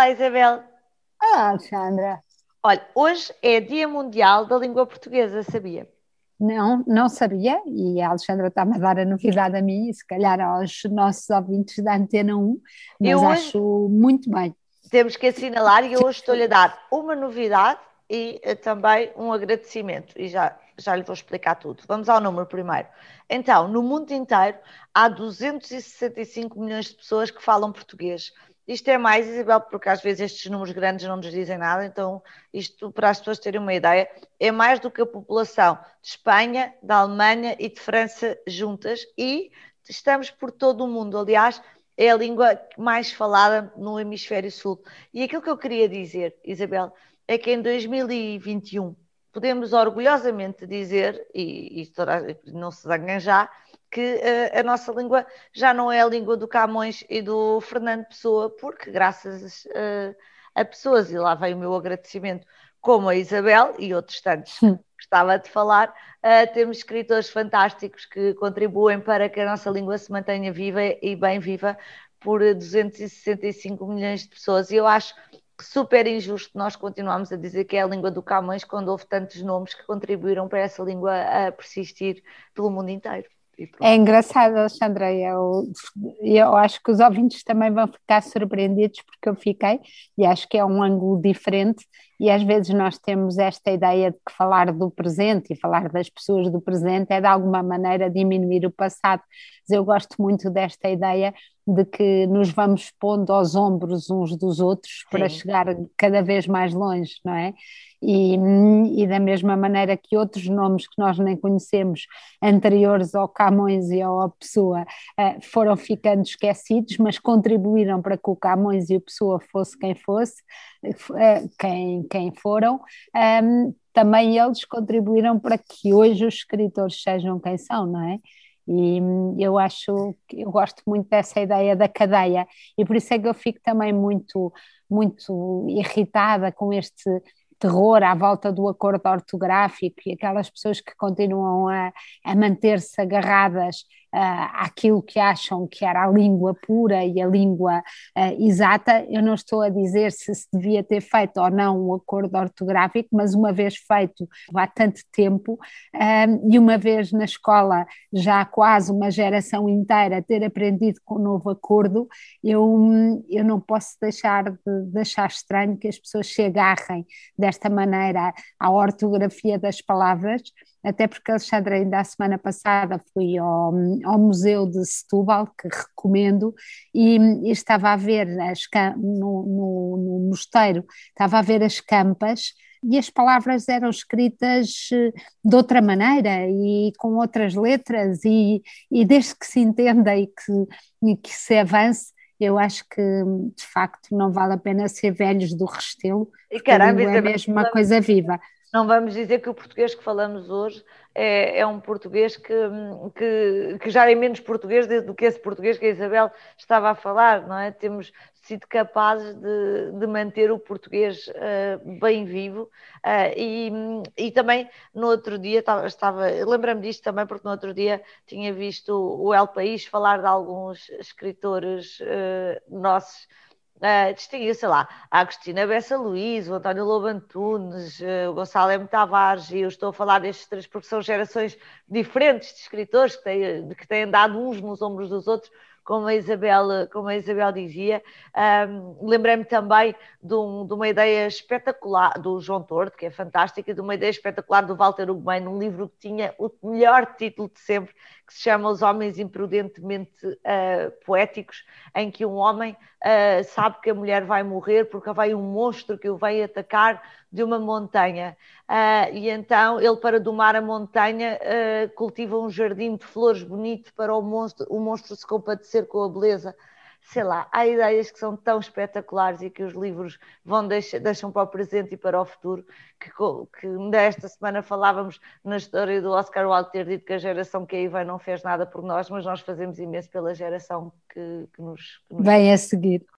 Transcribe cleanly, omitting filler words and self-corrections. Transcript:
Olá, Isabel. Ah, Alexandra, Olha, hoje é Dia Mundial da Língua Portuguesa, sabia? não sabia, e a Alexandra está-me a dar a novidade a mim, e se calhar aos nossos ouvintes da Antena 1, Eu mas hoje acho muito bem. temos que assinalar e eu hoje estou-lhe a dar uma novidade e também um agradecimento. E já lhe vou explicar tudo. Vamos ao número primeiro. Então, no mundo inteiro há 265 milhões de pessoas que falam português. Isto é mais, Isabel, porque às vezes estes números grandes não nos dizem nada, então isto, para as pessoas terem uma ideia, é mais do que a população de Espanha, da Alemanha e de França juntas e estamos por todo o mundo. Aliás, é a língua mais falada no hemisfério sul. E aquilo que eu queria dizer, Isabel, é que em 2021 podemos orgulhosamente dizer, e não se zanguem já, que a nossa língua já não é a língua do Camões e do Fernando Pessoa, porque graças a pessoas, e lá vem o meu agradecimento, como a Isabel e outros tantos que gostava de falar, temos escritores fantásticos que contribuem para que a nossa língua se mantenha viva e bem viva por 265 milhões de pessoas. E eu acho super injusto nós continuarmos a dizer que é a língua do Camões quando houve tantos nomes que contribuíram para essa língua a persistir pelo mundo inteiro. E É pronto. engraçado, Alexandra, eu acho que os ouvintes também vão ficar surpreendidos porque eu fiquei, e acho que é um ângulo diferente, e às vezes nós temos esta ideia de que falar do presente e falar das pessoas do presente é de alguma maneira diminuir o passado, mas eu gosto muito desta ideia de que nos vamos pondo aos ombros uns dos outros para Sim, chegar cada vez mais longe, não é? E, e da mesma maneira que outros nomes que nós nem conhecemos anteriores ao Camões e ao Pessoa foram ficando esquecidos, mas contribuíram para que o Camões e o Pessoa fosse quem fosse, quem foram. Também eles contribuíram para que hoje os escritores sejam quem são, não é? E eu gosto muito dessa ideia da cadeia, e por isso é que eu fico também muito irritada com este terror à volta do acordo ortográfico e aquelas pessoas que continuam a manter-se agarradas àquilo que acham que era a língua pura e a língua exata. Eu não estou a dizer se devia ter feito ou não um acordo ortográfico, mas uma vez feito há tanto tempo e uma vez na escola já há quase uma geração inteira ter aprendido com o novo acordo, eu não posso de achar estranho que as pessoas se agarrem desta maneira à ortografia das palavras, até porque, Alexandra, ainda a semana passada fui ao Museu de Setúbal, que recomendo, e estava a ver no mosteiro, estava a ver as campas, e as palavras eram escritas de outra maneira e com outras letras, e desde que se entenda e que se avance, eu acho que de facto não vale a pena ser velhos do Restelo, e porque a caramba, língua é Isabel, mesmo uma coisa viva. não vamos dizer que o português que falamos hoje é um português que já é menos português do que esse português que a Isabel estava a falar, não é? Temos sido capazes de manter o português bem vivo e também no outro dia lembrei-me disto também porque no outro dia tinha visto o El País falar de alguns escritores nossos distinguir, sei lá, a Agostina Bessa Luís, o António Lobo Antunes, o Gonçalo M. Tavares, e eu estou a falar destes três porque são gerações diferentes de escritores que têm dado uns nos ombros dos outros, como a Isabel dizia. Lembrei-me também de uma ideia espetacular do João Tordo, que é fantástica, e de uma ideia espetacular do Walter Ugumem, num livro que tinha o melhor título de sempre, que se chama Os Homens Imprudentemente Poéticos, em que um homem sabe que a mulher vai morrer porque vai um monstro que o vai atacar de uma montanha. E então ele, para domar a montanha, cultiva um jardim de flores bonito para o monstro se compadecer com a beleza. Sei lá, há ideias que são tão espetaculares e que os livros deixam para o presente e para o futuro, que nesta semana falávamos na história do Oscar Wilde ter dito que a geração que aí vem não fez nada por nós, mas nós fazemos imenso pela geração que nos Bem a seguir.